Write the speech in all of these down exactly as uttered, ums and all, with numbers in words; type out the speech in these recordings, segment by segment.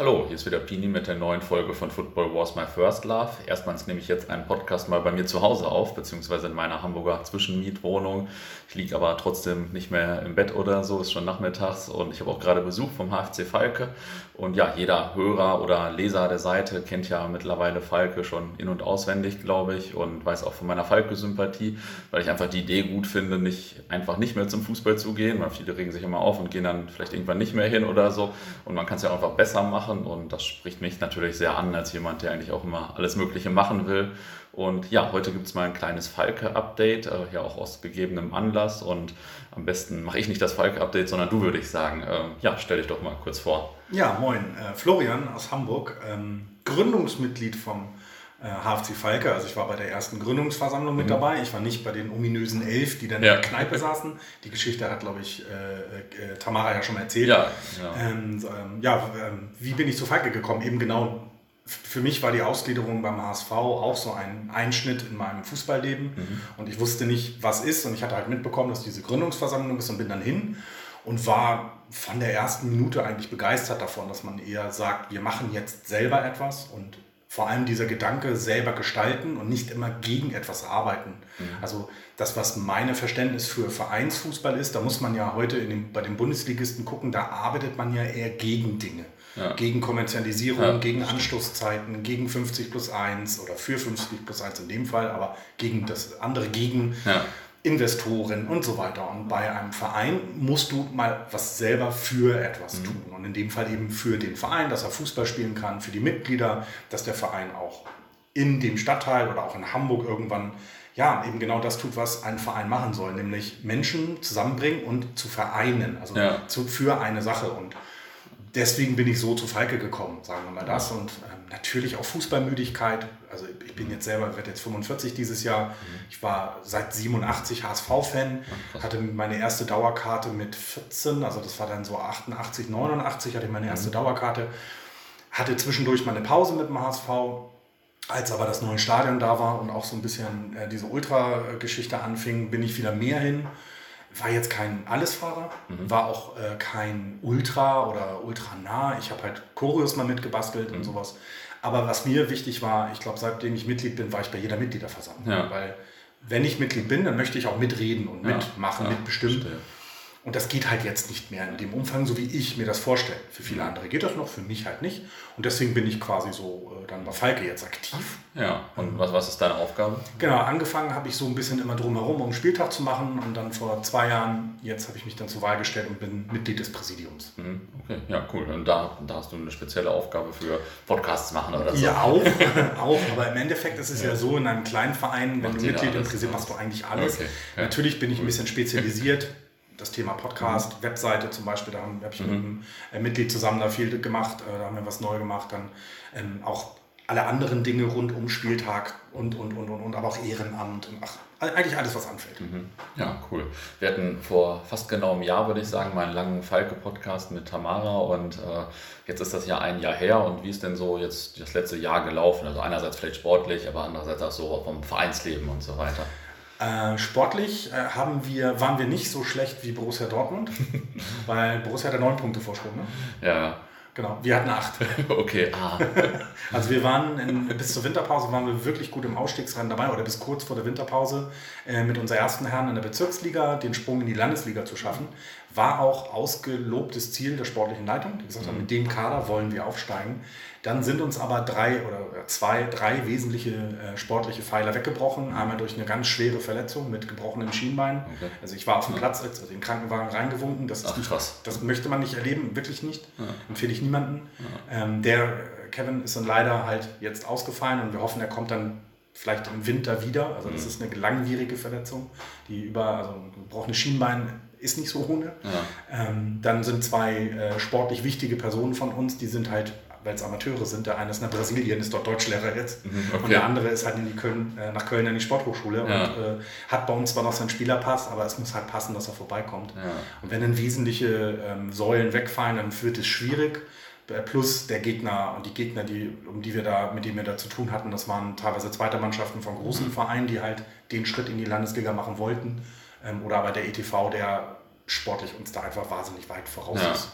Hallo, hier ist wieder Pini mit der neuen Folge von Football Was My First Love. Erstmals nehme ich jetzt einen Podcast mal bei mir zu Hause auf, beziehungsweise in meiner Hamburger Zwischenmietwohnung. Ich liege aber trotzdem nicht mehr im Bett oder so, ist schon nachmittags und ich habe auch gerade Besuch vom H F C Falke. Und ja, jeder Hörer oder Leser der Seite kennt ja mittlerweile Falke schon in- und auswendig, glaube ich, und weiß auch von meiner Falke-Sympathie, weil ich einfach die Idee gut finde, nicht einfach nicht mehr zum Fußball zu gehen, weil viele regen sich immer auf und gehen dann vielleicht irgendwann nicht mehr hin oder so. Und man kann es ja auch einfach besser machen. Und das spricht mich natürlich sehr an, als jemand, der eigentlich auch immer alles Mögliche machen will. Und ja, heute gibt es mal ein kleines Falke-Update, äh, ja auch aus gegebenem Anlass. Und am besten mache ich nicht das Falke-Update, sondern du, würde ich sagen. Ähm, ja, stell dich doch mal kurz vor. Ja, moin, äh, Florian aus Hamburg, ähm, Gründungsmitglied vom äh, H F C Falke. Also ich war bei der ersten Gründungsversammlung mit mhm. dabei. Ich war nicht bei den ominösen Elf, die dann ja. in der Kneipe saßen. Die Geschichte hat, glaube ich, äh, äh, Tamara ja schon mal erzählt. Ja, ja. Ähm, ähm, ja ähm, wie bin ich zu Falke gekommen? Eben genau, für mich war die Ausgliederung beim H S V auch so ein Einschnitt in meinem Fußballleben. Mhm. Und ich wusste nicht, was ist. Und ich hatte halt mitbekommen, dass diese Gründungsversammlung ist und bin dann hin und war von der ersten Minute eigentlich begeistert davon, dass man eher sagt, wir machen jetzt selber etwas und vor allem dieser Gedanke, selber gestalten und nicht immer gegen etwas arbeiten. Mhm. Also das, was meine Verständnis für Vereinsfußball ist, da muss man ja heute in dem, bei den Bundesligisten gucken, da arbeitet man ja eher gegen Dinge. Ja. Gegen Kommerzialisierung, ja, gegen Anstoßzeiten, gegen fünfzig plus eins oder für fünfzig plus eins in dem Fall, aber gegen das andere, gegen ja. Investoren und so weiter. Und bei einem Verein musst du mal was selber für etwas mhm. tun. Und in dem Fall eben für den Verein, dass er Fußball spielen kann, für die Mitglieder, dass der Verein auch in dem Stadtteil oder auch in Hamburg irgendwann ja eben genau das tut, was ein Verein machen soll, nämlich Menschen zusammenbringen und zu vereinen, also ja. zu, für eine Sache. Und deswegen bin ich so zu Falke gekommen, sagen wir mal das. Und ähm, natürlich auch Fußballmüdigkeit. Also ich bin jetzt selber, werde jetzt fünfundvierzig dieses Jahr. Mhm. Ich war seit siebenundachtzig H S V-Fan, hatte meine erste Dauerkarte mit vierzehn, also das war dann so achtundachtzig, neunundachtzig, hatte ich meine erste mhm. Dauerkarte. Hatte zwischendurch mal eine Pause mit dem H S V, als aber das neue Stadion da war und auch so ein bisschen äh, diese Ultra-Geschichte anfing, bin ich wieder mehr hin. War jetzt kein Allesfahrer, mhm. war auch äh, kein Ultra oder ultranah. Ich habe halt Choreos mal mitgebastelt mhm. und sowas. Aber was mir wichtig war, ich glaube, seitdem ich Mitglied bin, war ich bei jeder Mitgliederversammlung. Ja. Weil wenn ich Mitglied bin, dann möchte ich auch mitreden und ja. mitmachen, ja. mitbestimmen. Verstehe. Und das geht halt jetzt nicht mehr in dem Umfang, so wie ich mir das vorstelle. Für viele andere geht das noch, für mich halt nicht. Und deswegen bin ich quasi so äh, dann bei Falke jetzt aktiv. Ja, und was, was ist deine Aufgabe? Genau, angefangen habe ich so ein bisschen immer drumherum, um einen Spieltag zu machen. Und dann vor zwei Jahren, jetzt habe ich mich dann zur Wahl gestellt und bin Mitglied des Präsidiums. Okay, ja, cool. Und da, da hast du eine spezielle Aufgabe für Podcasts machen oder so? Ja, auch. auch. Aber im Endeffekt ist es ja, ja so, in einem kleinen Verein, wenn Macht du Mitglied im Präsidium machst du eigentlich alles. Okay. Ja. Natürlich bin ich ein bisschen spezialisiert. Das Thema Podcast, mhm. Webseite zum Beispiel, da habe hab ich mhm. mit einem äh, Mitglied zusammen da viel gemacht, äh, da haben wir was neu gemacht, dann ähm, auch alle anderen Dinge rund um Spieltag und, und, und, und, und aber auch Ehrenamt und ach, eigentlich alles, was anfällt. Mhm. Ja, cool. Wir hatten vor fast genau einem Jahr, würde ich sagen, mal einen langen Falke-Podcast mit Tamara und äh, jetzt ist das Jahr ein Jahr her und wie ist denn so jetzt das letzte Jahr gelaufen? Also einerseits vielleicht sportlich, aber andererseits auch so vom Vereinsleben und so weiter. Äh, sportlich äh, haben wir, waren wir nicht so schlecht wie Borussia Dortmund, weil Borussia hatte neun Punkte Vorsprung. Ne? Ja. Genau, wir hatten acht. Okay. Ah. Also wir waren in, bis zur Winterpause waren wir wirklich gut im Ausstiegsrennen dabei oder bis kurz vor der Winterpause äh, mit unseren ersten Herren in der Bezirksliga den Sprung in die Landesliga zu schaffen. War auch ausgelobtes Ziel der sportlichen Leitung, die gesagt haben, mit dem Kader wollen wir aufsteigen. Dann sind uns aber drei oder zwei, drei wesentliche äh, sportliche Pfeiler weggebrochen. Einmal durch eine ganz schwere Verletzung mit gebrochenem Schienbein. Okay. Also ich war auf dem Platz, also den Krankenwagen reingewunken. Das, ist Ach, nicht, krass. Das möchte man nicht erleben, wirklich nicht. Ja. Empfehle ich niemanden. Ja. Ähm, der Kevin ist dann leider halt jetzt ausgefallen und wir hoffen, er kommt dann vielleicht im Winter wieder. Also das mhm. ist eine langwierige Verletzung, die über, also ein gebrochenes Schienbein ist nicht so ohne. Ja. Ähm, dann sind zwei äh, sportlich wichtige Personen von uns, die sind halt, weil es Amateure sind, der eine ist nach Brasilien, ist dort Deutschlehrer jetzt okay. und der andere ist halt in die Köln, äh, nach Köln in die Sporthochschule ja. und äh, hat bei uns zwar noch seinen Spielerpass, aber es muss halt passen, dass er vorbeikommt. Ja. Und wenn dann wesentliche ähm, Säulen wegfallen, dann wird es schwierig. Plus der Gegner und die Gegner, die, um die wir da, mit denen wir da zu tun hatten, das waren teilweise zweite Mannschaften von großen mhm. Vereinen, die halt den Schritt in die Landesliga machen wollten. Ähm, oder aber der E T V, der sportlich uns da einfach wahnsinnig weit voraus ja. ist.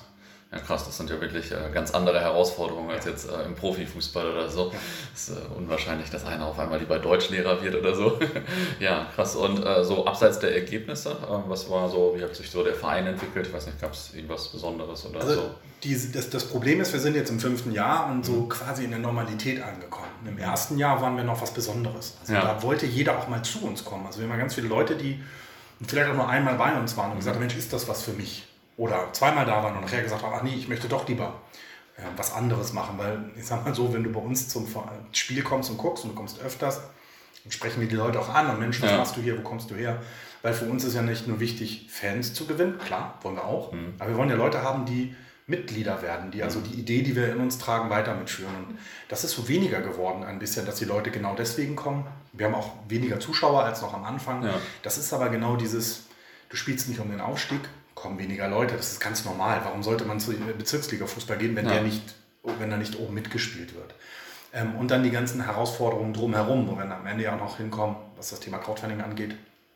Ja krass, das sind ja wirklich äh, ganz andere Herausforderungen als jetzt äh, im Profifußball oder so. Es ist äh, unwahrscheinlich, dass einer auf einmal lieber Deutschlehrer wird oder so. Ja, krass. Und äh, so abseits der Ergebnisse, äh, was war so, wie hat sich so der Verein entwickelt? Ich weiß nicht, gab es irgendwas Besonderes oder also so? Die, das, das Problem ist, wir sind jetzt im fünften Jahr und so mhm. quasi in der Normalität angekommen. Im ersten Jahr waren wir noch was Besonderes. Also ja. da wollte jeder auch mal zu uns kommen. Also wir haben ganz viele Leute, die vielleicht auch nur einmal bei uns waren und mhm. gesagt haben, Mensch, ist das was für mich? Oder zweimal da waren und nachher gesagt haben, ach nee, ich möchte doch lieber äh, was anderes machen. Weil ich sag mal so, wenn du bei uns zum Spiel kommst und guckst und du kommst öfters, dann sprechen wir die Leute auch an und Mensch, was ja. machst du hier, wo kommst du her? Weil für uns ist ja nicht nur wichtig, Fans zu gewinnen, klar, wollen wir auch, mhm. aber wir wollen ja Leute haben, die Mitglieder werden, die also die Idee, die wir in uns tragen, weiter mitführen. Und das ist so weniger geworden ein bisschen, dass die Leute genau deswegen kommen. Wir haben auch weniger Zuschauer als noch am Anfang. Ja. Das ist aber genau dieses, du spielst nicht um den Aufstieg, kommen weniger Leute, das ist ganz normal. Warum sollte man zu Bezirksliga-Fußball gehen, wenn, ja. der nicht, wenn da nicht oben mitgespielt wird? Ähm, und dann die ganzen Herausforderungen drumherum, wo wir am Ende ja auch noch hinkommen, was das Thema Crowdfunding angeht.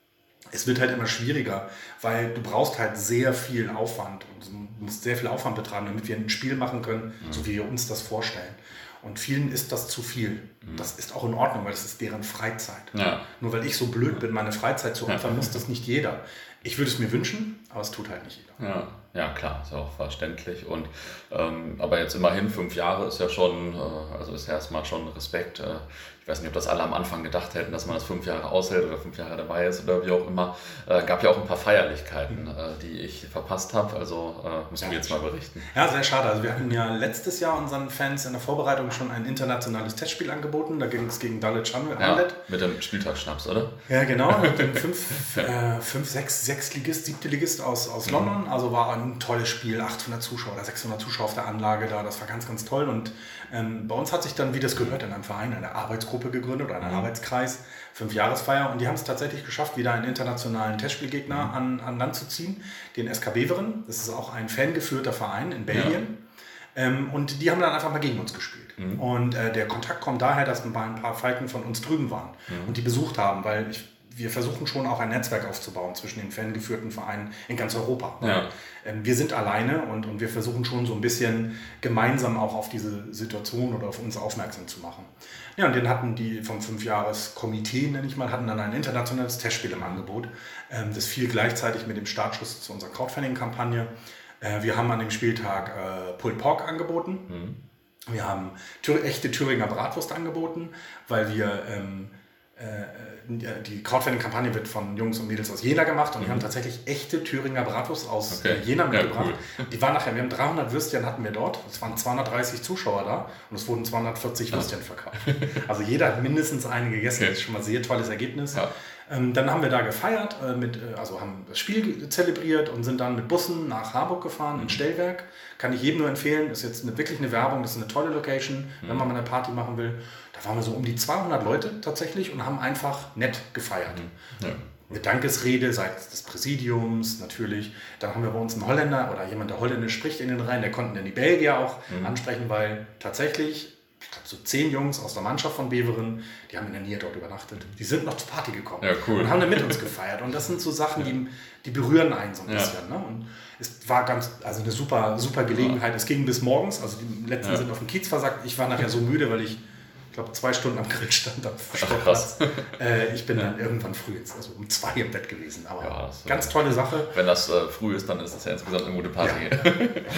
Es wird halt immer schwieriger, weil du brauchst halt sehr viel Aufwand und du musst sehr viel Aufwand betreiben, damit wir ein Spiel machen können, mhm. so wie wir uns das vorstellen. Und vielen ist das zu viel. Mhm. Das ist auch in Ordnung, weil das ist deren Freizeit. Ja. Nur weil ich so blöd bin, meine Freizeit zu opfern, ja. muss das nicht jeder. Ich würde es mir wünschen, aber es tut halt nicht jeder. Ja, ja klar, ist ja auch verständlich. Und, ähm, aber jetzt immerhin fünf Jahre ist ja schon, äh, also ist ja erstmal schon Respekt. Äh, ich weiß nicht, ob das alle am Anfang gedacht hätten, dass man das fünf Jahre aushält oder fünf Jahre dabei ist oder wie auch immer. Äh, gab ja auch ein paar Feierlichkeiten, äh, die ich verpasst habe. Also äh, müssen wir jetzt mal berichten. Ja, sehr schade. Also wir hatten ja letztes Jahr unseren Fans in der Vorbereitung schon ein internationales Testspiel angeboten. Da ging es gegen Dulwich Hamlet. Ja, mit dem Spieltagsschnaps, oder? Ja, genau. Mit dem fünf, äh, fünf sechs, sechs Ligist, siebte Ligist aus, aus mhm. London. Also war ein tolles Spiel. achthundert Zuschauer oder sechshundert Zuschauer auf der Anlage da. Das war ganz, ganz toll. Und ähm, bei uns hat sich dann, wie das gehört, in einem Verein eine Arbeitsgruppe gegründet oder einen mhm. Arbeitskreis, Fünfjahresfeier. Und die haben es tatsächlich geschafft, wieder einen internationalen Testspielgegner mhm. an, an Land zu ziehen, den S K Beveren. Das ist auch ein fangeführter Verein in Belgien. Ja. Ähm, und die haben dann einfach mal gegen uns gespielt. Mhm. Und äh, der Kontakt kommt daher, dass ein paar, ein paar Falken von uns drüben waren mhm. und die besucht haben, weil ich wir versuchen schon auch ein Netzwerk aufzubauen zwischen den fangeführten Vereinen in ganz Europa. Ja. Wir sind alleine und, und wir versuchen schon so ein bisschen gemeinsam auch auf diese Situation oder auf uns aufmerksam zu machen. Ja, und den hatten die vom Fünfjahres-Komitee, nenne ich mal, hatten dann ein internationales Testspiel im Angebot. Das fiel gleichzeitig mit dem Startschuss zu unserer Crowdfunding-Kampagne. Wir haben an dem Spieltag äh, Pulled Pork angeboten. Mhm. Wir haben Thür- echte Thüringer Bratwurst angeboten, weil wir... Ähm, die Crowdfunding-Kampagne wird von Jungs und Mädels aus Jena gemacht und mhm. wir haben tatsächlich echte Thüringer Bratwurst aus okay. Jena mitgebracht. Ja, cool. Die waren nachher, wir haben dreihundert Würstchen hatten wir dort, es waren zweihundertdreißig Zuschauer da und es wurden zweihundertvierzig ja. Würstchen verkauft. Also jeder hat mindestens eine gegessen, okay. Das ist schon mal ein sehr tolles Ergebnis. Ja. Ähm, dann haben wir da gefeiert, äh, mit, äh, also haben das Spiel zelebriert und sind dann mit Bussen nach Harburg gefahren, mhm. in Stellwerk. Kann ich jedem nur empfehlen, ist jetzt eine, wirklich eine Werbung, das ist eine tolle Location, mhm. wenn man mal eine Party machen will. Da waren wir so um die zweihundert Leute tatsächlich und haben einfach nett gefeiert. Mhm. Ja. Eine Dankesrede seitens des Präsidiums natürlich. Dann haben wir bei uns einen Holländer oder jemand, der Holländisch spricht in den Reihen, der konnten dann die Belgier auch mhm. ansprechen, weil tatsächlich, ich glaube so zehn Jungs aus der Mannschaft von Beveren, die haben in der Nähe dort übernachtet. Die sind noch zur Party gekommen ja, cool. und haben dann mit uns gefeiert. Und das sind so Sachen, die, die berühren einen so ein bisschen. Ja. Ne? Und es war ganz, also eine super, super Gelegenheit. Ja. Es ging bis morgens, also die letzten ja. sind auf dem Kiez versackt. Ich war nachher so müde, weil ich Ich glaube, zwei Stunden am Grill stand am Sportplatz. Äh, ich bin ja. dann irgendwann früh jetzt, also um zwei im Bett gewesen. Aber ja, ganz tolle Sache. Wenn das äh, früh ist, dann ist das ja insgesamt eine gute Party. Ja.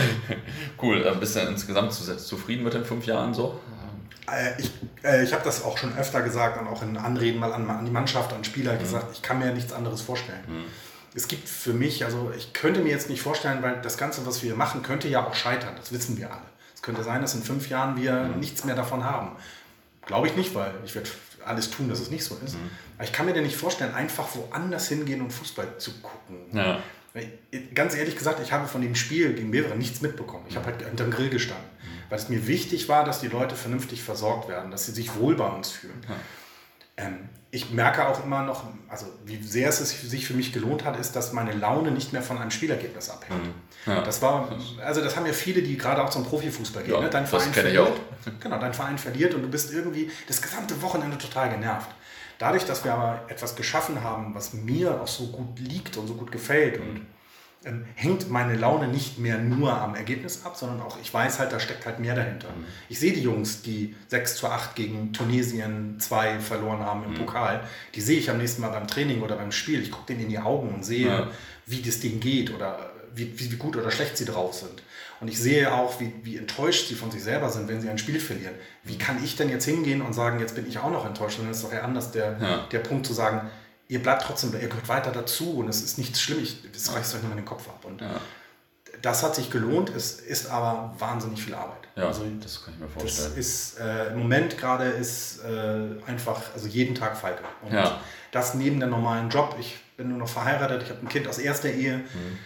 Cool. Äh, bist du insgesamt zufrieden mit den fünf Jahren so? Äh, ich äh, ich habe das auch schon öfter gesagt und auch in Anreden mal an, an die Mannschaft, an Spieler mhm. gesagt, ich kann mir nichts anderes vorstellen. Mhm. Es gibt für mich, also ich könnte mir jetzt nicht vorstellen, weil das Ganze, was wir machen, könnte ja auch scheitern. Das wissen wir alle. Es könnte sein, dass in fünf Jahren wir mhm. nichts mehr davon haben. Glaube ich nicht, weil ich werde alles tun, dass es nicht so ist. Mhm. Aber ich kann mir denn nicht vorstellen, einfach woanders hingehen und Fußball zu gucken. Ja. Ganz ehrlich gesagt, ich habe von dem Spiel gegen Beveren nichts mitbekommen. Ich habe halt hinterm Grill gestanden, mhm. weil es mir wichtig war, dass die Leute vernünftig versorgt werden, dass sie sich wohl bei uns fühlen. Ja. Ähm, ich merke auch immer noch, also wie sehr es sich für mich gelohnt hat, ist, dass meine Laune nicht mehr von einem Spielergebnis abhängt. Mhm. Ja. Das war, also das haben ja viele, die gerade auch zum Profifußball gehen. Ja, ne? Dein Verein verliert, genau, dein Verein verliert und du bist irgendwie das gesamte Wochenende total genervt. Dadurch, dass wir aber etwas geschaffen haben, was mir auch so gut liegt und so gut gefällt und ähm, hängt meine Laune nicht mehr nur am Ergebnis ab, sondern auch, ich weiß halt, da steckt halt mehr dahinter. Mhm. Ich sehe die Jungs, die sechs zu acht gegen Tunesien zwei verloren haben im mhm. Pokal, die sehe ich am nächsten Mal beim Training oder beim Spiel. Ich gucke denen in die Augen und sehe, ja. wie das denen geht oder wie, wie, wie gut oder schlecht sie drauf sind. Und ich sehe auch, wie, wie enttäuscht sie von sich selber sind, wenn sie ein Spiel verlieren. Wie kann ich denn jetzt hingehen und sagen, jetzt bin ich auch noch enttäuscht? Und dann ist doch eher anders der, ja. der Punkt zu sagen, ihr bleibt trotzdem, ihr gehört weiter dazu und es ist nichts Schlimmes, das reißt euch nicht mehr den Kopf ab. Und ja. das hat sich gelohnt, es ist aber wahnsinnig viel Arbeit. Ja, also das kann ich mir vorstellen. Das ist, äh, im Moment gerade ist äh, einfach, also jeden Tag Falke. Und ja. das neben der normalen Job, ich bin nur noch verheiratet, ich habe ein Kind aus erster Ehe. Mhm.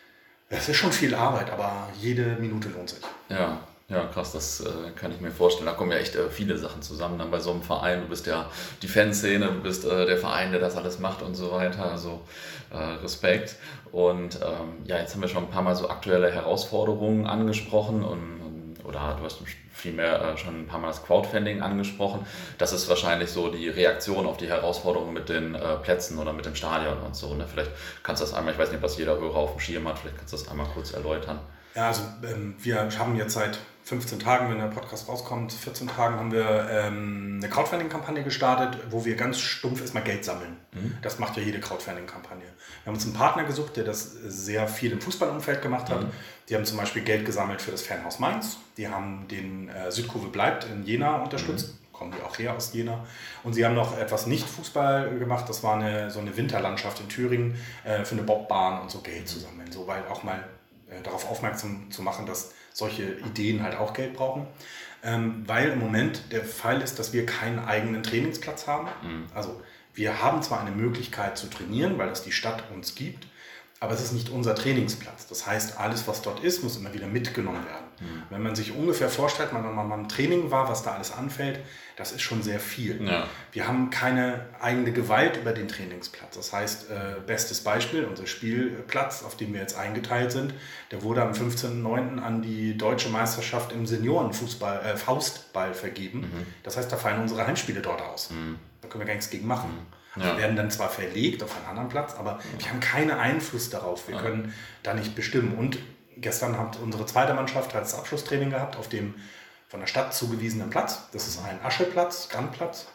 Es ist schon viel Arbeit, aber jede Minute lohnt sich. Ja, ja, krass, das äh, kann ich mir vorstellen. Da kommen ja echt äh, viele Sachen zusammen dann bei so einem Verein. Du bist ja die Fanszene, du bist äh, der Verein, der das alles macht und so weiter. Also äh, Respekt. Und ähm, ja, jetzt haben wir schon ein paar Mal so aktuelle Herausforderungen angesprochen und, und oder du hast vielmehr äh, schon ein paar Mal das Crowdfunding angesprochen. Das ist wahrscheinlich so die Reaktion auf die Herausforderungen mit den äh, Plätzen oder mit dem Stadion und so. Ne? Vielleicht kannst du das einmal, ich weiß nicht, was jeder Hörer auf dem Schirm hat, vielleicht kannst du das einmal kurz erläutern. Ja, also ähm, wir haben jetzt seit fünfzehn Tagen, wenn der Podcast rauskommt, vierzehn Tagen haben wir ähm, eine Crowdfunding-Kampagne gestartet, wo wir ganz stumpf erstmal Geld sammeln. Mhm. Das macht ja jede Crowdfunding-Kampagne. Wir haben uns einen Partner gesucht, der das sehr viel im Fußballumfeld gemacht hat. Mhm. Die haben zum Beispiel Geld gesammelt für das Fanhaus Mainz. Die haben den äh, Südkurve bleibt in Jena unterstützt. Mhm. Kommen die auch her aus Jena. Und sie haben noch etwas Nicht-Fußball gemacht. Das war eine, so eine Winterlandschaft in Thüringen äh, für eine Bobbahn und so Geld zu sammeln. So, weil auch mal äh, darauf aufmerksam zu machen, dass solche Ideen halt auch Geld brauchen. Ähm, weil im Moment der Fall ist, dass wir keinen eigenen Trainingsplatz haben. Mhm. Also wir haben zwar eine Möglichkeit zu trainieren, weil das die Stadt uns gibt, aber es ist nicht unser Trainingsplatz. Das heißt, alles, was dort ist, muss immer wieder mitgenommen werden. Mhm. Wenn man sich ungefähr vorstellt, wenn man mal im Training war, was da alles anfällt, das ist schon sehr viel. Ja. Wir haben keine eigene Gewalt über den Trainingsplatz. Das heißt, äh, bestes Beispiel, unser Spielplatz, auf dem wir jetzt eingeteilt sind, der wurde am fünfzehnten neunten an die Deutsche Meisterschaft im Seniorenfußball, äh, Faustball vergeben. Mhm. Das heißt, da fallen unsere Heimspiele dort aus. Mhm. Da können wir gar nichts gegen machen. Mhm. Ja. Wir werden dann zwar verlegt auf einen anderen Platz, aber wir haben keinen Einfluss darauf. Wir ja. können da nicht bestimmen. Und gestern hat unsere zweite Mannschaft das Abschlusstraining gehabt auf dem von der Stadt zugewiesenen Platz. Das ist ein Ascheplatz, Randplatz.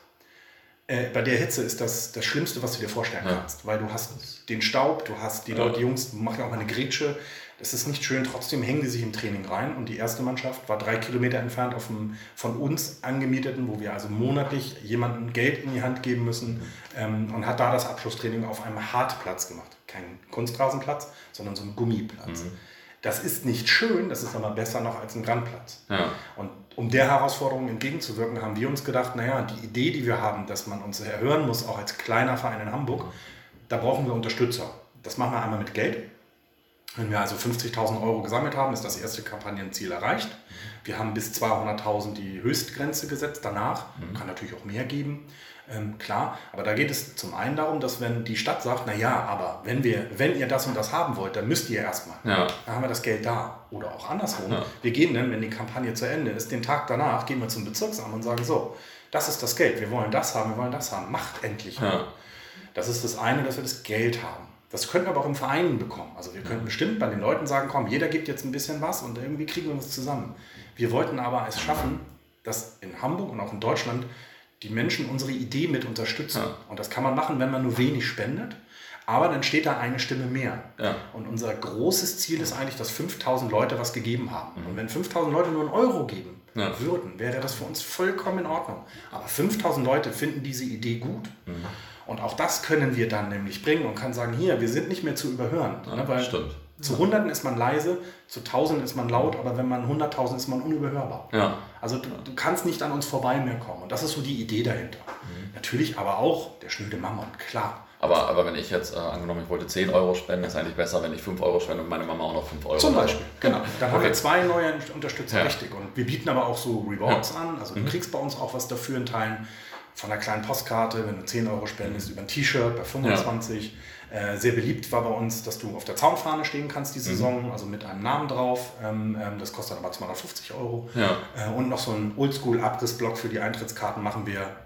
Äh, bei der Hitze ist das das Schlimmste, was du dir vorstellen ja. kannst. Weil du hast den Staub, du hast die ja. Leute, die Jungs machen auch mal eine Grätsche. Das ist nicht schön, trotzdem hängen die sich im Training rein. Und die erste Mannschaft war drei Kilometer entfernt auf einem von uns angemieteten, wo wir also monatlich jemandem Geld in die Hand geben müssen, ähm, und hat da das Abschlusstraining auf einem Hartplatz gemacht. Kein Kunstrasenplatz, sondern so ein Gummiplatz. Mhm. Das ist nicht schön, das ist aber besser noch als ein Randplatz. Ja. Und um der Herausforderung entgegenzuwirken, haben wir uns gedacht, naja, die Idee, die wir haben, dass man uns erhören muss, auch als kleiner Verein in Hamburg, da brauchen wir Unterstützer. Das machen wir einmal mit Geld. Wenn wir also fünfzigtausend Euro gesammelt haben, ist das erste Kampagnenziel erreicht. Wir haben bis zweihunderttausend die Höchstgrenze gesetzt. Danach mhm. kann natürlich auch mehr geben, ähm, klar. Aber da geht es zum einen darum, dass wenn die Stadt sagt, na ja, aber wenn, wir, wenn ihr das und das haben wollt, dann müsst ihr erstmal. Ja. Dann haben wir das Geld da. Oder auch andersrum. Ja. Wir gehen dann, wenn die Kampagne zu Ende ist, den Tag danach gehen wir zum Bezirksamt und sagen, so, das ist das Geld, wir wollen das haben, wir wollen das haben. Macht endlich mal. Ja. Das ist das eine, dass wir das Geld haben. Das könnten wir aber auch im Verein bekommen. Also wir könnten bestimmt bei den Leuten sagen, komm, jeder gibt jetzt ein bisschen was und irgendwie kriegen wir was zusammen. Wir wollten aber es schaffen, dass in Hamburg und auch in Deutschland die Menschen unsere Idee mit unterstützen. Ja. Und das kann man machen, wenn man nur wenig spendet. Aber dann steht da eine Stimme mehr. Ja. Und unser großes Ziel ist eigentlich, dass fünftausend Leute was gegeben haben. Mhm. Und wenn fünftausend Leute nur einen Euro geben ja. würden, wäre das für uns vollkommen in Ordnung. Aber fünftausend Leute finden diese Idee gut. Mhm. Und auch das können wir dann nämlich bringen und kann sagen, hier, wir sind nicht mehr zu überhören. Ja, ne, weil stimmt. Zu Hunderten ist man leise, zu Tausenden ist man laut, aber wenn man hunderttausend ist man unüberhörbar. Ja. Also du, du kannst nicht an uns vorbei mehr kommen. Und das ist so die Idee dahinter. Mhm. Natürlich aber auch der schnöde Mammon, klar. Aber, aber wenn ich jetzt, äh, angenommen, ich wollte zehn Euro spenden, ist eigentlich besser, wenn ich fünf Euro spende und meine Mama auch noch fünf Euro. Zum Beispiel, genau. Dann okay. haben wir zwei neue Unterstützer, ja. richtig. Und wir bieten aber auch so Rewards ja. an. Also du mhm. kriegst bei uns auch was dafür in Teilen. Von einer kleinen Postkarte, wenn du zehn Euro spendest, über ein T-Shirt bei fünfundzwanzig. Ja. Äh, sehr beliebt war bei uns, dass du auf der Zaunfahne stehen kannst die Saison, mhm. also mit einem Namen drauf. Ähm, ähm, das kostet aber zweihundertfünfzig Euro. Ja. Äh, und noch so einen Oldschool-Abrissblock für die Eintrittskarten machen wir.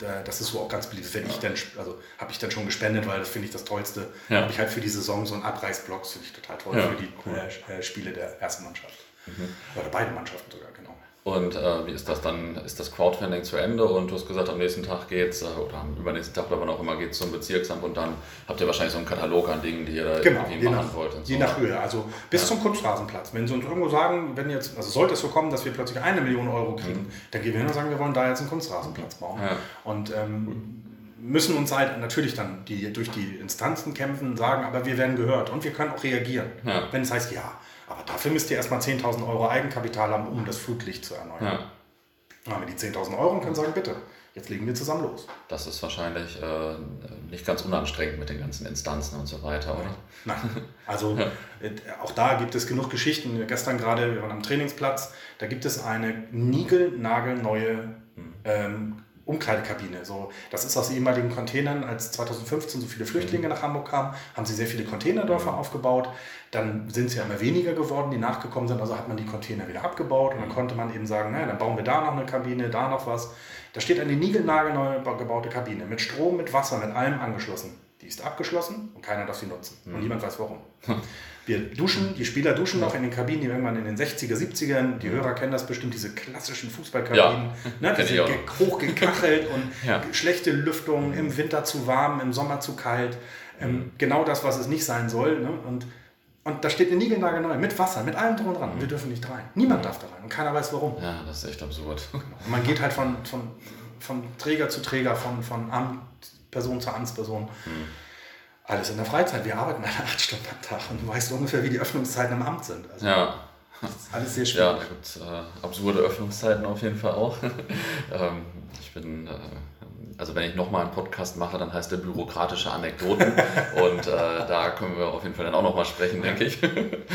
das ist so auch ganz beliebt. Wenn ich dann, also habe ich dann schon gespendet, weil das finde ich das Tollste. Ja. Habe ich halt für die Saison so einen Abreißblock, das finde ich total toll, Ja, für die cool. äh, Spiele der ersten Mannschaft. Mhm. Oder beiden Mannschaften sogar, genau. Und äh, wie ist das dann? Ist das Crowdfunding zu Ende und du hast gesagt, am nächsten Tag geht's, äh, oder am übernächsten Tag oder wann auch immer geht's zum Bezirksamt und dann habt ihr wahrscheinlich so einen Katalog an Dingen, die ihr da Genau, irgendwie je machen nach, wollt. Und je so. nach Höhe, also bis Ja. zum Kunstrasenplatz. Wenn sie uns irgendwo sagen, wenn jetzt, also sollte es so kommen, dass wir plötzlich eine Million Euro kriegen, Mhm. dann gehen wir hin und sagen, wir wollen da jetzt einen Kunstrasenplatz bauen. Ja. Und ähm, müssen uns halt natürlich dann die, durch die Instanzen kämpfen, sagen, aber wir werden gehört und wir können auch reagieren. Ja. Wenn es heißt, ja, aber dafür müsst ihr erstmal zehntausend Euro Eigenkapital haben, um das Flutlicht zu erneuern. Ja. Dann haben wir die zehntausend Euro und können sagen, bitte, jetzt legen wir zusammen los. Das ist wahrscheinlich äh, nicht ganz unanstrengend mit den ganzen Instanzen und so weiter, oder? Nein, also Ja. äh, auch da gibt es genug Geschichten. Gestern gerade, wir waren am Trainingsplatz, da gibt es eine niegelnagelneue ähm, Umkleidekabine. So, das ist aus ehemaligen Containern, als zweitausendfünfzehn so viele Flüchtlinge nach Hamburg kamen, haben sie sehr viele Containerdörfer aufgebaut. Dann sind es ja immer weniger geworden, die nachgekommen sind. Also hat man die Container wieder abgebaut und dann konnte man eben sagen, naja, dann bauen wir da noch eine Kabine, da noch was. Da steht eine niegelnagelneu gebaute Kabine mit Strom, mit Wasser, mit allem angeschlossen. Die ist abgeschlossen und keiner darf sie nutzen. Und niemand weiß warum. Wir duschen, die Spieler duschen noch in den Kabinen, die irgendwann in den sechziger, siebzigern, die Hörer kennen das bestimmt, diese klassischen Fußballkabinen, Ja, ne, die kenn ich sind auch. ge- hochgekachelt und Ja. schlechte Lüftung, im Winter zu warm, im Sommer zu kalt. Ähm, genau das, was es nicht sein soll. Ne? Und, und da steht eine niegelnagelneu mit Wasser, mit allem drum und dran. Und wir dürfen nicht rein. Niemand darf da rein und keiner weiß warum. Ja, das ist echt absurd. Und man geht halt von, von, von Träger zu Träger, von, von Amtsperson zu Amtsperson. Alles in der Freizeit. Wir arbeiten alle acht Stunden am Tag und du weißt ungefähr, wie die Öffnungszeiten im Amt sind. Also Ja. das ist alles sehr Ja, schwierig. da gibt es äh, absurde Öffnungszeiten auf jeden Fall auch. ähm, ich bin, äh, also wenn ich nochmal einen Podcast mache, dann heißt der bürokratische Anekdoten und äh, da können wir auf jeden Fall dann auch nochmal sprechen, denke ich.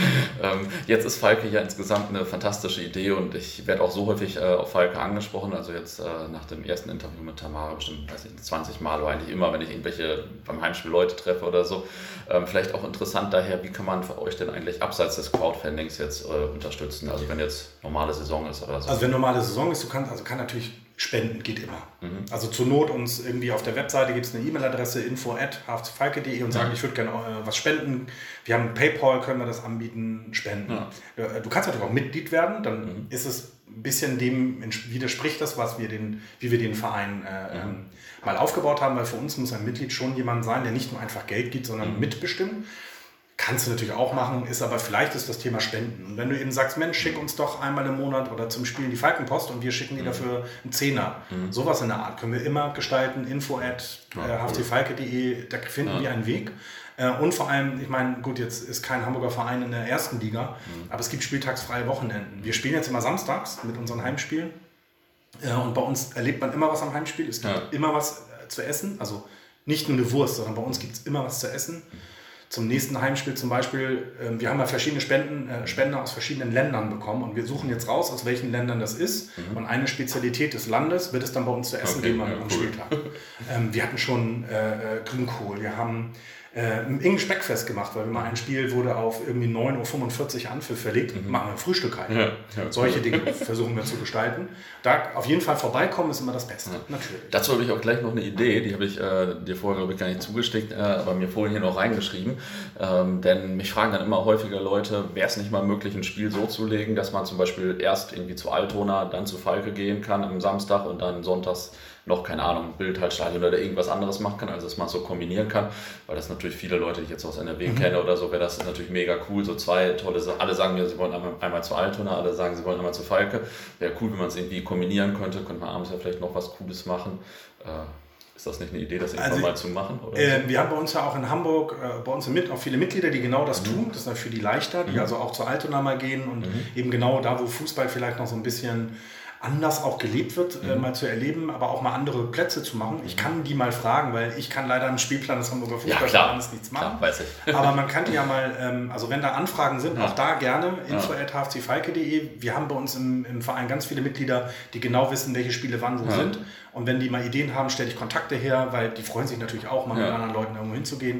ähm, jetzt ist Falke ja insgesamt eine fantastische Idee und ich werde auch so häufig äh, auf Falke angesprochen, also jetzt äh, nach dem ersten Interview mit Tamara bestimmt, weiß ich, zwanzig Mal oder eigentlich immer, wenn ich irgendwelche beim Heimspiel Leute treffe oder so. Ähm, vielleicht auch interessant daher, wie kann man für euch denn eigentlich abseits des Crowdfundings jetzt äh, unterstützen, also wenn jetzt normale Saison ist oder so. Also wenn normale Saison ist, du kannst, also kann natürlich spenden, geht immer. Mhm. Also zur Not uns irgendwie auf der Webseite gibt es eine E-Mail-Adresse info at h f c falke punkt de und sagen, ich würde gerne äh, was spenden. Wir haben PayPal, können wir das anbieten, spenden. Ja. Äh, Du kannst natürlich auch Mitglied werden, dann Mhm. ist es ein bisschen dem, ents- widerspricht das, was wir den, wie wir den Verein äh, ähm, mal aufgebaut haben, weil für uns muss ein Mitglied schon jemand sein, der nicht nur einfach Geld gibt, sondern Mhm. mitbestimmt. Kannst du natürlich auch machen, ist aber vielleicht ist das Thema Spenden. Und wenn du eben sagst, Mensch, schick uns doch einmal im Monat oder zum Spielen die Falkenpost und wir schicken dir dafür einen Zehner. Mhm. Sowas in der Art können wir immer gestalten. info at Ja, h f c falke punkt de, da finden Ja. wir einen Weg. Äh, Und vor allem, ich meine, gut, jetzt ist kein Hamburger Verein in der ersten Liga, aber es gibt spieltagsfreie Wochenenden. Wir spielen jetzt immer samstags mit unseren Heimspielen. Äh, Und bei uns erlebt man immer was am Heimspiel. Es gibt Ja. immer was äh, zu essen. Also nicht nur eine Wurst, sondern bei uns gibt es immer was zu essen. Zum nächsten Heimspiel zum Beispiel, äh, wir haben ja verschiedene Spenden, äh, Spender aus verschiedenen Ländern bekommen und wir suchen jetzt raus, aus welchen Ländern das ist. Und eine Spezialität des Landes wird es dann bei uns zu essen Okay, geben am, ja, am cool. Spieltag. Ähm, wir hatten schon äh, äh, Grünkohl, wir haben äh, ein engen Speckfest gemacht, weil wir mal ein Spiel wurde auf irgendwie neun Uhr fünfundvierzig Anpfiff verlegt. Machen wir ein Frühstück halt. Ja, ja, Solche cool. Dinge versuchen wir zu gestalten. Da auf jeden Fall vorbeikommen ist immer das Beste. Natürlich. Dazu habe ich auch gleich noch eine Idee, die habe ich äh, dir vorher, glaube ich, gar nicht zugestickt, äh, aber mir vorhin hier noch reingeschrieben. Ähm, denn mich fragen dann immer häufiger Leute, wäre es nicht mal möglich, ein Spiel so zu legen, dass man zum Beispiel erst irgendwie zu Altona, dann zu Falke gehen kann am Samstag und dann sonntags noch, keine Ahnung, Bildhaltstadion oder irgendwas anderes machen kann, also dass man es so kombinieren kann, weil das natürlich viele Leute, die ich jetzt aus N R W kenne oder so, wäre das natürlich mega cool, so zwei tolle Sachen. Alle sagen mir, sie wollen einmal, einmal zu Altona, alle sagen, sie wollen einmal zu Falke. Wäre cool, wenn man es irgendwie kombinieren könnte, könnte man abends ja vielleicht noch was Cooles machen. Äh, ist das nicht eine Idee, das irgendwann Also, mal zu machen? Oder Äh, so? wir haben bei uns ja auch in Hamburg, äh, bei uns sind mit auch viele Mitglieder, die genau das tun. Das ist dann für die leichter, die also auch zur Altona mal gehen und eben genau da, wo Fußball vielleicht noch so ein bisschen anders auch gelebt wird, äh, mal zu erleben, aber auch mal andere Plätze zu machen. Ich kann die mal fragen, weil ich kann leider im Spielplan des Hamburger Fußballvereins nichts machen. Klar, weiß ich. Aber man kann die ja mal, ähm, also wenn da Anfragen sind, Ja. auch da gerne, info at h f c falke punkt de. Wir haben bei uns im, im Verein ganz viele Mitglieder, die genau wissen, welche Spiele wann wo Ja. sind. Und wenn die mal Ideen haben, stelle ich Kontakte her, weil die freuen sich natürlich auch, mal Ja. mit anderen Leuten irgendwo hinzugehen, klar.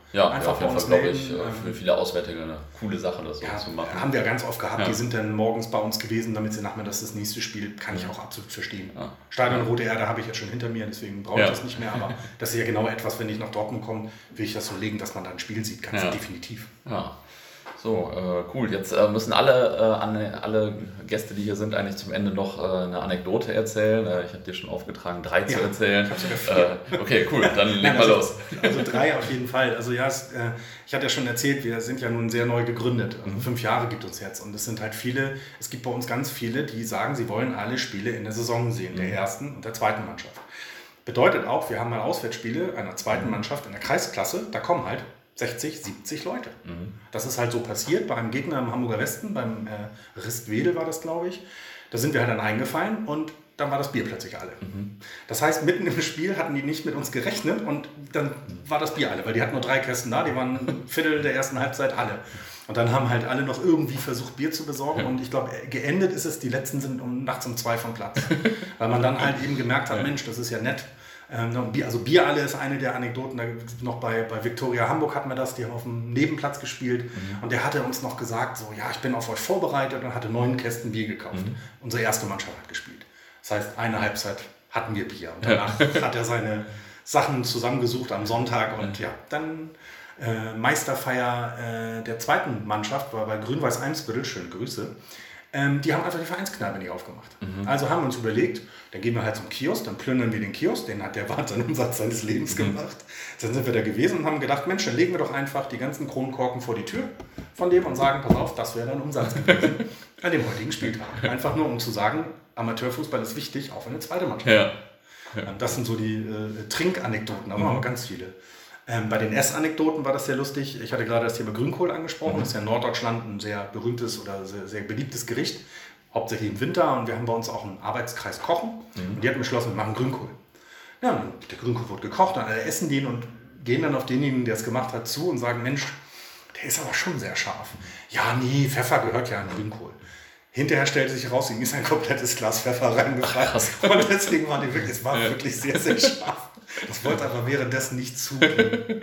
Ja, einfach ja, auf bei jeden uns Fall, glaube melden. ich, äh, für viele Auswärtige eine coole Sache, das so Ja, zu machen. haben wir ganz oft gehabt. Ja. Die sind dann morgens bei uns gewesen, damit sie nachmittags das nächste Spiel, kann ich auch absolut verstehen. Ja. Stadion Rote Erde habe ich jetzt schon hinter mir, deswegen brauche ich Ja. das nicht mehr. Aber das ist ja genau etwas, wenn ich nach Dortmund komme, will ich das so legen, dass man da ein Spiel sieht. Ganz Ja. definitiv. Ja. So, äh, cool. Jetzt äh, müssen alle, äh, an, alle Gäste, die hier sind, eigentlich zum Ende noch äh, eine Anekdote erzählen. Äh, ich habe dir schon aufgetragen, drei zu Ja, erzählen. ich habe sogar vier. Äh, okay, cool, dann leg Nein, mal also, los. Also drei auf jeden Fall. Also ja, es, äh, ich hatte ja schon erzählt, wir sind ja nun sehr neu gegründet. Also Mhm. fünf Jahre gibt uns jetzt. Und es sind halt viele, es gibt bei uns ganz viele, die sagen, sie wollen alle Spiele in der Saison sehen, der Mhm. ersten und der zweiten Mannschaft. Bedeutet auch, wir haben mal Auswärtsspiele einer zweiten Mannschaft in der Kreisklasse, da kommen halt sechzig, siebzig Leute. Mhm. Das ist halt so passiert bei einem Gegner im Hamburger Westen, beim äh, Ristwedel war das, glaube ich. Da sind wir halt dann eingefallen und dann war das Bier plötzlich alle. Mhm. Das heißt, mitten im Spiel hatten die nicht mit uns gerechnet und dann war das Bier alle, weil die hatten nur drei Kästen da, die waren ein Viertel der ersten Halbzeit alle. Und dann haben halt alle noch irgendwie versucht, Bier zu besorgen und ich glaube, geendet ist es, die letzten sind um, nachts um zwei vom Platz. Weil man dann halt eben gemerkt hat, Mensch, das ist ja nett. Also Bier alle ist eine der Anekdoten, da noch bei, bei Viktoria Hamburg hatten wir das, die haben auf dem Nebenplatz gespielt mhm. und der hatte uns noch gesagt, so ja, ich bin auf euch vorbereitet und hatte neun Kästen Bier gekauft. Mhm. Unsere erste Mannschaft hat gespielt. Das heißt, eine Halbzeit hatten wir Bier und danach ja. hat er seine Sachen zusammengesucht am Sonntag und ja, dann äh, Meisterfeier äh, der zweiten Mannschaft war bei Grün-Weiß Eimsbüttel, schöne Grüße. Ähm, die haben einfach die Vereinskneipe nicht aufgemacht. Mhm. Also haben wir uns überlegt, dann gehen wir halt zum Kiosk, dann plündern wir den Kiosk, den hat der Wart seinen Umsatz seines Lebens mhm. gemacht. Dann sind wir da gewesen und haben gedacht, Mensch, dann legen wir doch einfach die ganzen Kronkorken vor die Tür von dem und sagen, pass auf, das wäre dein Umsatz gewesen an dem heutigen Spieltag. Einfach nur, um zu sagen, Amateurfußball ist wichtig, auch für eine zweite Mannschaft. Ja. Ja. Das sind so die äh, Trinkanekdoten, aber mhm. haben wir ganz viele. Ähm, bei den Essanekdoten war das sehr lustig. Ich hatte gerade das Thema Grünkohl angesprochen. Mhm. Das ist ja in Norddeutschland ein sehr berühmtes oder sehr, sehr beliebtes Gericht. Hauptsächlich im Winter. Und wir haben bei uns auch einen Arbeitskreis Kochen. Mhm. Und die hatten beschlossen, wir machen Grünkohl. Ja, und der Grünkohl wurde gekocht. Und alle essen den und gehen dann auf denjenigen, der es gemacht hat, zu und sagen, Mensch, der ist aber schon sehr scharf. Ja, nee, Pfeffer gehört ja an Grünkohl. Hinterher stellte sich raus, ihm ist ein komplettes Glas Pfeffer reingefallen. Und deswegen war die wirklich, es war ja. wirklich sehr, sehr scharf. Das wollte aber währenddessen nicht zugeben.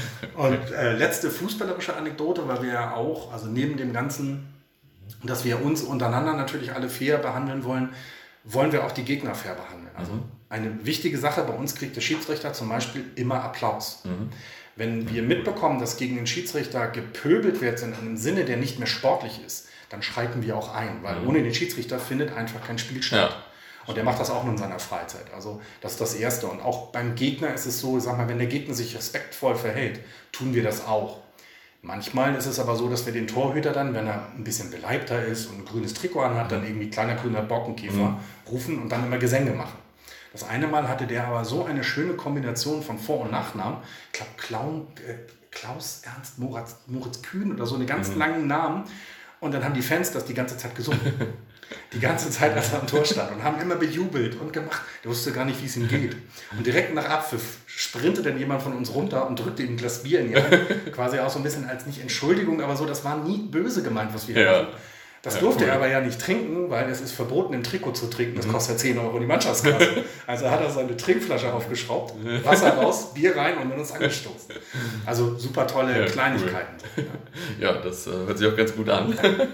Und äh, letzte fußballerische Anekdote, weil wir ja auch, also neben dem Ganzen, dass wir uns untereinander natürlich alle fair behandeln wollen, wollen wir auch die Gegner fair behandeln. Also mhm. eine wichtige Sache, bei uns kriegt der Schiedsrichter zum Beispiel immer Applaus. Mhm. Wenn wir mitbekommen, dass gegen den Schiedsrichter gepöbelt wird in einem Sinne, der nicht mehr sportlich ist, dann schreiten wir auch ein, weil mhm. ohne den Schiedsrichter findet einfach kein Spiel statt. Ja. Und der macht das auch nur in seiner Freizeit. Also das ist das Erste. Und auch beim Gegner ist es so, ich sag mal, wenn der Gegner sich respektvoll verhält, tun wir das auch. Manchmal ist es aber so, dass wir den Torhüter dann, wenn er ein bisschen beleibter ist und ein grünes Trikot anhat, dann irgendwie kleiner grüner Borkenkäfer mhm. rufen und dann immer Gesänge machen. Das eine Mal hatte der aber so eine schöne Kombination von Vor- und Nachnamen. Ich glaube, Klaun, äh, Klaus Ernst Moritz, Moritz Kühn oder so, einen ganz mhm. langen Namen. Und dann haben die Fans das die ganze Zeit gesungen. Die ganze Zeit, als er am Tor stand und haben immer bejubelt und gemacht. Der wusste gar nicht, wie es ihm geht. Und direkt nach Abpfiff sprintete dann jemand von uns runter und drückte ihm ein Glas Bier in die Hand. Quasi auch so ein bisschen als nicht Entschuldigung, aber so, das war nie böse gemeint, was wir hier ja. machen. Das ja, durfte cool. er aber ja nicht trinken, weil es ist verboten, im Trikot zu trinken. Das mhm. kostet ja zehn Euro die Mannschaftskasse. Also hat er seine Trinkflasche aufgeschraubt, Wasser raus, Bier rein und dann uns angestoßen. Also super tolle ja, Kleinigkeiten. Cool. Ja, das äh, hört sich auch ganz gut an.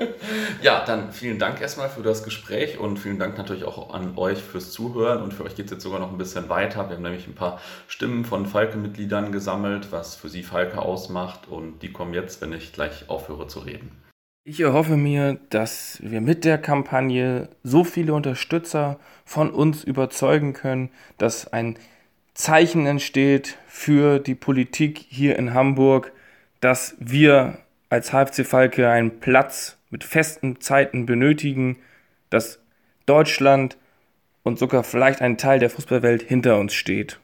Ja, dann vielen Dank erstmal für das Gespräch und vielen Dank natürlich auch an euch fürs Zuhören. Und für euch geht es jetzt sogar noch ein bisschen weiter. Wir haben nämlich ein paar Stimmen von Falke-Mitgliedern gesammelt, was für sie Falke ausmacht. Und die kommen jetzt, wenn ich gleich aufhöre zu reden. Ich erhoffe mir, dass wir mit der Kampagne so viele Unterstützer von uns überzeugen können, dass ein Zeichen entsteht für die Politik hier in Hamburg, dass wir als H F C Falke einen Platz mit festen Zeiten benötigen, dass Deutschland und sogar vielleicht ein Teil der Fußballwelt hinter uns steht.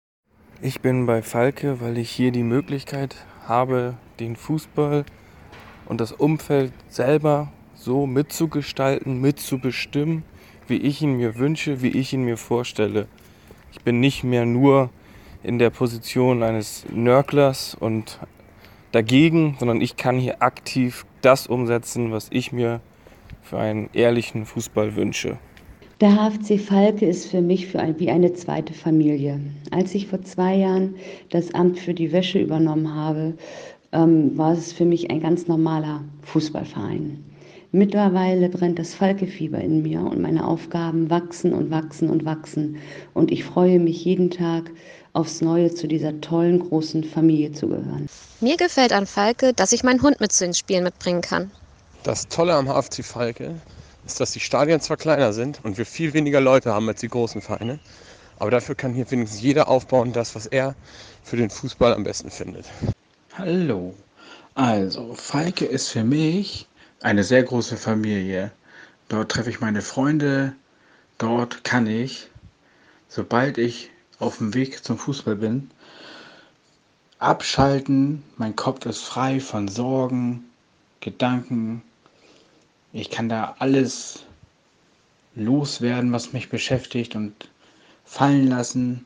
Ich bin bei Falke, weil ich hier die Möglichkeit habe, den Fußball und das Umfeld selber so mitzugestalten, mitzubestimmen, wie ich ihn mir wünsche, wie ich ihn mir vorstelle. Ich bin nicht mehr nur in der Position eines Nörglers und dagegen, sondern ich kann hier aktiv das umsetzen, was ich mir für einen ehrlichen Fußball wünsche. Der H F C Falke ist für mich für ein, wie eine zweite Familie. Als ich vor zwei Jahren das Amt für die Wäsche übernommen habe, ähm, war es für mich ein ganz normaler Fußballverein. Mittlerweile brennt das Falke-Fieber in mir und meine Aufgaben wachsen und wachsen und wachsen. Und ich freue mich jeden Tag aufs Neue zu dieser tollen, großen Familie zu gehören. Mir gefällt an Falke, dass ich meinen Hund mit zu den Spielen mitbringen kann. Das Tolle am H F C Falke ist, dass die Stadien zwar kleiner sind und wir viel weniger Leute haben als die großen Vereine, aber dafür kann hier wenigstens jeder aufbauen, das, was er für den Fußball am besten findet. Hallo, also Falke ist für mich eine sehr große Familie. Dort treffe ich meine Freunde, dort kann ich, sobald ich auf dem Weg zum Fußball bin, abschalten, mein Kopf ist frei von Sorgen, Gedanken. Ich kann da alles loswerden, was mich beschäftigt und fallen lassen.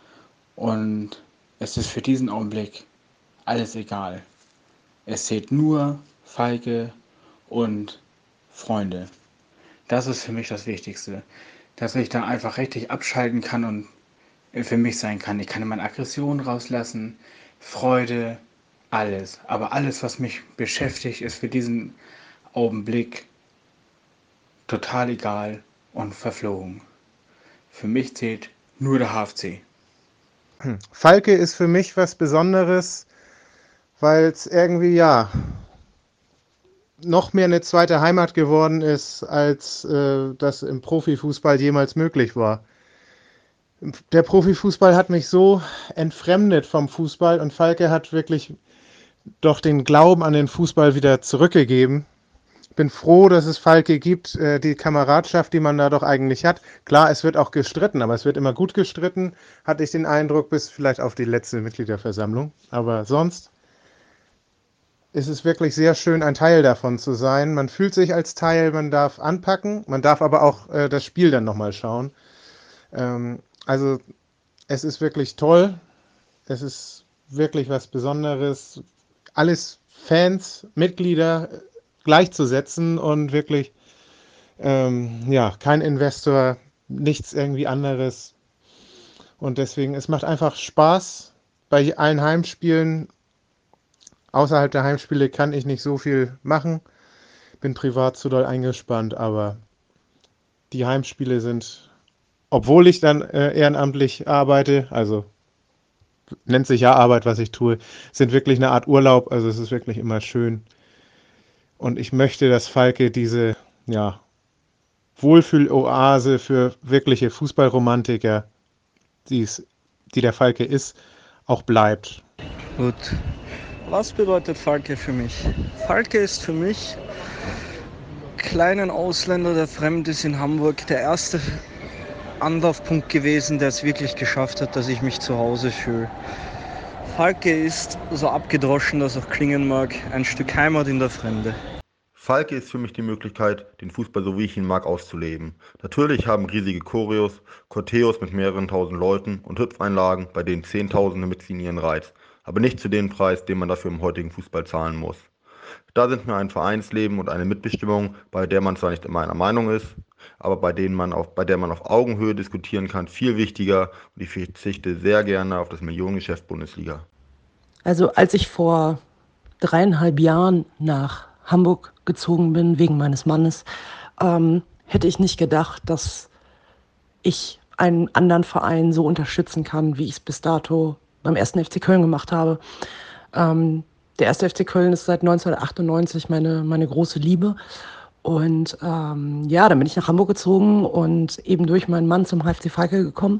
Und es ist für diesen Augenblick alles egal. Es zählt nur Falke und Freunde. Das ist für mich das Wichtigste. Dass ich da einfach richtig abschalten kann und für mich sein kann. Ich kann meine Aggression rauslassen, Freude, alles. Aber alles, was mich beschäftigt, ist für diesen Augenblick total egal und verflogen. Für mich zählt nur der H F C. Falke ist für mich was Besonderes, weil es irgendwie, ja, noch mehr eine zweite Heimat geworden ist, als äh, das im Profifußball jemals möglich war. Der Profifußball hat mich so entfremdet vom Fußball und Falke hat wirklich doch den Glauben an den Fußball wieder zurückgegeben. Ich bin froh, dass es Falke gibt, äh, die Kameradschaft, die man da doch eigentlich hat. Klar, es wird auch gestritten, aber es wird immer gut gestritten, hatte ich den Eindruck, bis vielleicht auf die letzte Mitgliederversammlung. Aber sonst ist es wirklich sehr schön, ein Teil davon zu sein. Man fühlt sich als Teil, man darf anpacken, man darf aber auch äh, das Spiel dann nochmal schauen. Ähm, also es ist wirklich toll, es ist wirklich was Besonderes, alles Fans, Mitglieder gleichzusetzen und wirklich, ähm, ja, kein Investor, nichts irgendwie anderes. Und deswegen, es macht einfach Spaß bei allen Heimspielen. Außerhalb der Heimspiele kann ich nicht so viel machen, bin privat zu doll eingespannt, aber die Heimspiele sind, obwohl ich dann äh, ehrenamtlich arbeite, also nennt sich ja Arbeit, was ich tue, sind wirklich eine Art Urlaub, also es ist wirklich immer schön. Und ich möchte, dass Falke diese, ja, Wohlfühloase für wirkliche Fußballromantiker, die's, die der Falke ist, auch bleibt. Gut. Was bedeutet Falke für mich? Falke ist für mich kleinen Ausländer, der fremd ist in Hamburg, der erste Anlaufpunkt gewesen, der es wirklich geschafft hat, dass ich mich zu Hause fühle. Falke ist, so abgedroschen das auch klingen mag, ein Stück Heimat in der Fremde. Falke ist für mich die Möglichkeit, den Fußball so wie ich ihn mag auszuleben. Natürlich haben riesige Choreos, Corteos mit mehreren tausend Leuten und Hüpfeinlagen, bei denen Zehntausende mitziehen, ihren Reiz. Aber nicht zu dem Preis, den man dafür im heutigen Fußball zahlen muss. Da sind mir ein Vereinsleben und eine Mitbestimmung, bei der man zwar nicht immer einer Meinung ist, aber bei denen man auf, bei der man auf Augenhöhe diskutieren kann, viel wichtiger, und ich verzichte sehr gerne auf das Millionengeschäft Bundesliga. Also als ich vor dreieinhalb Jahren nach Hamburg gezogen bin, wegen meines Mannes, ähm, hätte ich nicht gedacht, dass ich einen anderen Verein so unterstützen kann, wie ich es bis dato beim ersten F C Köln gemacht habe. Ähm, der erste F C Köln ist seit neunzehnhundertachtundneunzig meine, meine große Liebe. Und ähm, ja, dann bin ich nach Hamburg gezogen und eben durch meinen Mann zum H F C Falke gekommen.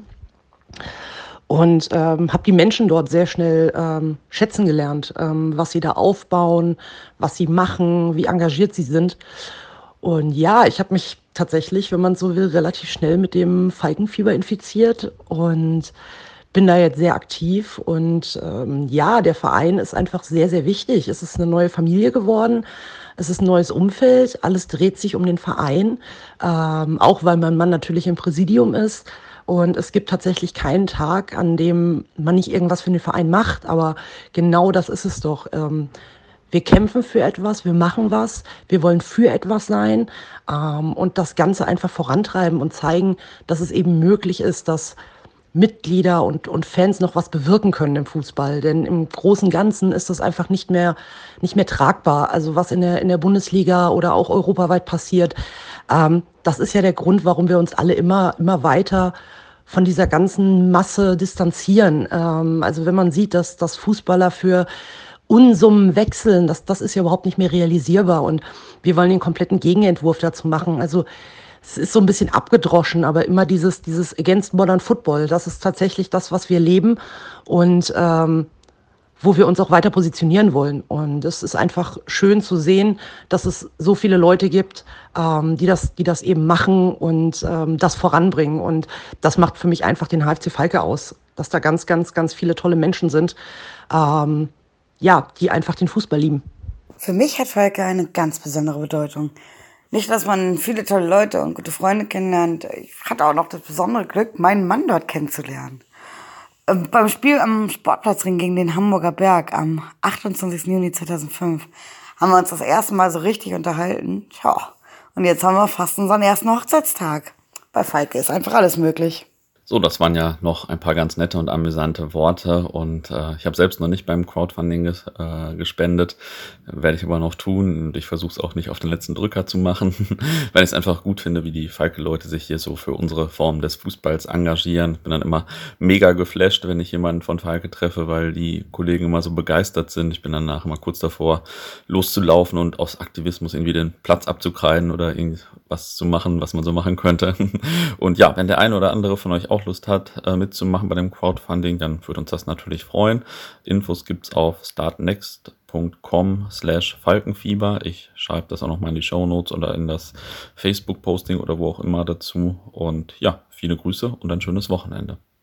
Und ähm, habe die Menschen dort sehr schnell ähm, schätzen gelernt, ähm, was sie da aufbauen, was sie machen, wie engagiert sie sind. Und ja, ich habe mich tatsächlich, wenn man so will, relativ schnell mit dem Falkenfieber infiziert und bin da jetzt sehr aktiv. Und ähm, ja, der Verein ist einfach sehr, sehr wichtig. Es ist eine neue Familie geworden. Es ist ein neues Umfeld. Alles dreht sich um den Verein, ähm, auch weil mein Mann natürlich im Präsidium ist. Und es gibt tatsächlich keinen Tag, an dem man nicht irgendwas für den Verein macht. Aber genau das ist es doch. Ähm, wir kämpfen für etwas, wir machen was, wir wollen für etwas sein ähm, und das Ganze einfach vorantreiben und zeigen, dass es eben möglich ist, dass Mitglieder und, und Fans noch was bewirken können im Fußball. Denn im Großen und Ganzen ist das einfach nicht mehr, nicht mehr tragbar. Also was in der, in der Bundesliga oder auch europaweit passiert, ähm, das ist ja der Grund, warum wir uns alle immer, immer weiter von dieser ganzen Masse distanzieren. Ähm, also wenn man sieht, dass, dass Fußballer für Unsummen wechseln, das, das ist ja überhaupt nicht mehr realisierbar. Und wir wollen den kompletten Gegenentwurf dazu machen. Also es ist so ein bisschen abgedroschen, aber immer dieses, dieses Against Modern Football, das ist tatsächlich das, was wir leben und ähm, wo wir uns auch weiter positionieren wollen. Und es ist einfach schön zu sehen, dass es so viele Leute gibt, ähm, die das, die das eben machen und ähm, das voranbringen. Und das macht für mich einfach den H F C Falke aus, dass da ganz, ganz, ganz viele tolle Menschen sind, ähm, ja, die einfach den Fußball lieben. Für mich hat Falke eine ganz besondere Bedeutung. Nicht, dass man viele tolle Leute und gute Freunde kennenlernt. Ich hatte auch noch das besondere Glück, meinen Mann dort kennenzulernen. Ähm, beim Spiel am Sportplatzring gegen den Hamburger Berg am achtundzwanzigsten Juni zweitausendfünf haben wir uns das erste Mal so richtig unterhalten. Tja, und jetzt haben wir fast unseren ersten Hochzeitstag. Bei Falke ist einfach alles möglich. So, das waren ja noch ein paar ganz nette und amüsante Worte und äh, ich habe selbst noch nicht beim Crowdfunding ges- äh, gespendet, werde ich aber noch tun und ich versuche es auch nicht auf den letzten Drücker zu machen, weil ich es einfach gut finde, wie die Falke-Leute sich hier so für unsere Form des Fußballs engagieren. Bin dann immer mega geflasht, wenn ich jemanden von Falke treffe, weil die Kollegen immer so begeistert sind. Ich bin danach immer kurz davor, loszulaufen und aus Aktivismus irgendwie den Platz abzukreiden oder irgendwas zu machen, was man so machen könnte. Und ja, wenn der eine oder andere von euch auch Lust hat, äh, mitzumachen bei dem Crowdfunding, dann würde uns das natürlich freuen. Infos gibt's auf startnext punkt com slash Falkenfieber. Ich schreibe das auch nochmal in die Shownotes oder in das Facebook-Posting oder wo auch immer dazu. Und ja, viele Grüße und ein schönes Wochenende.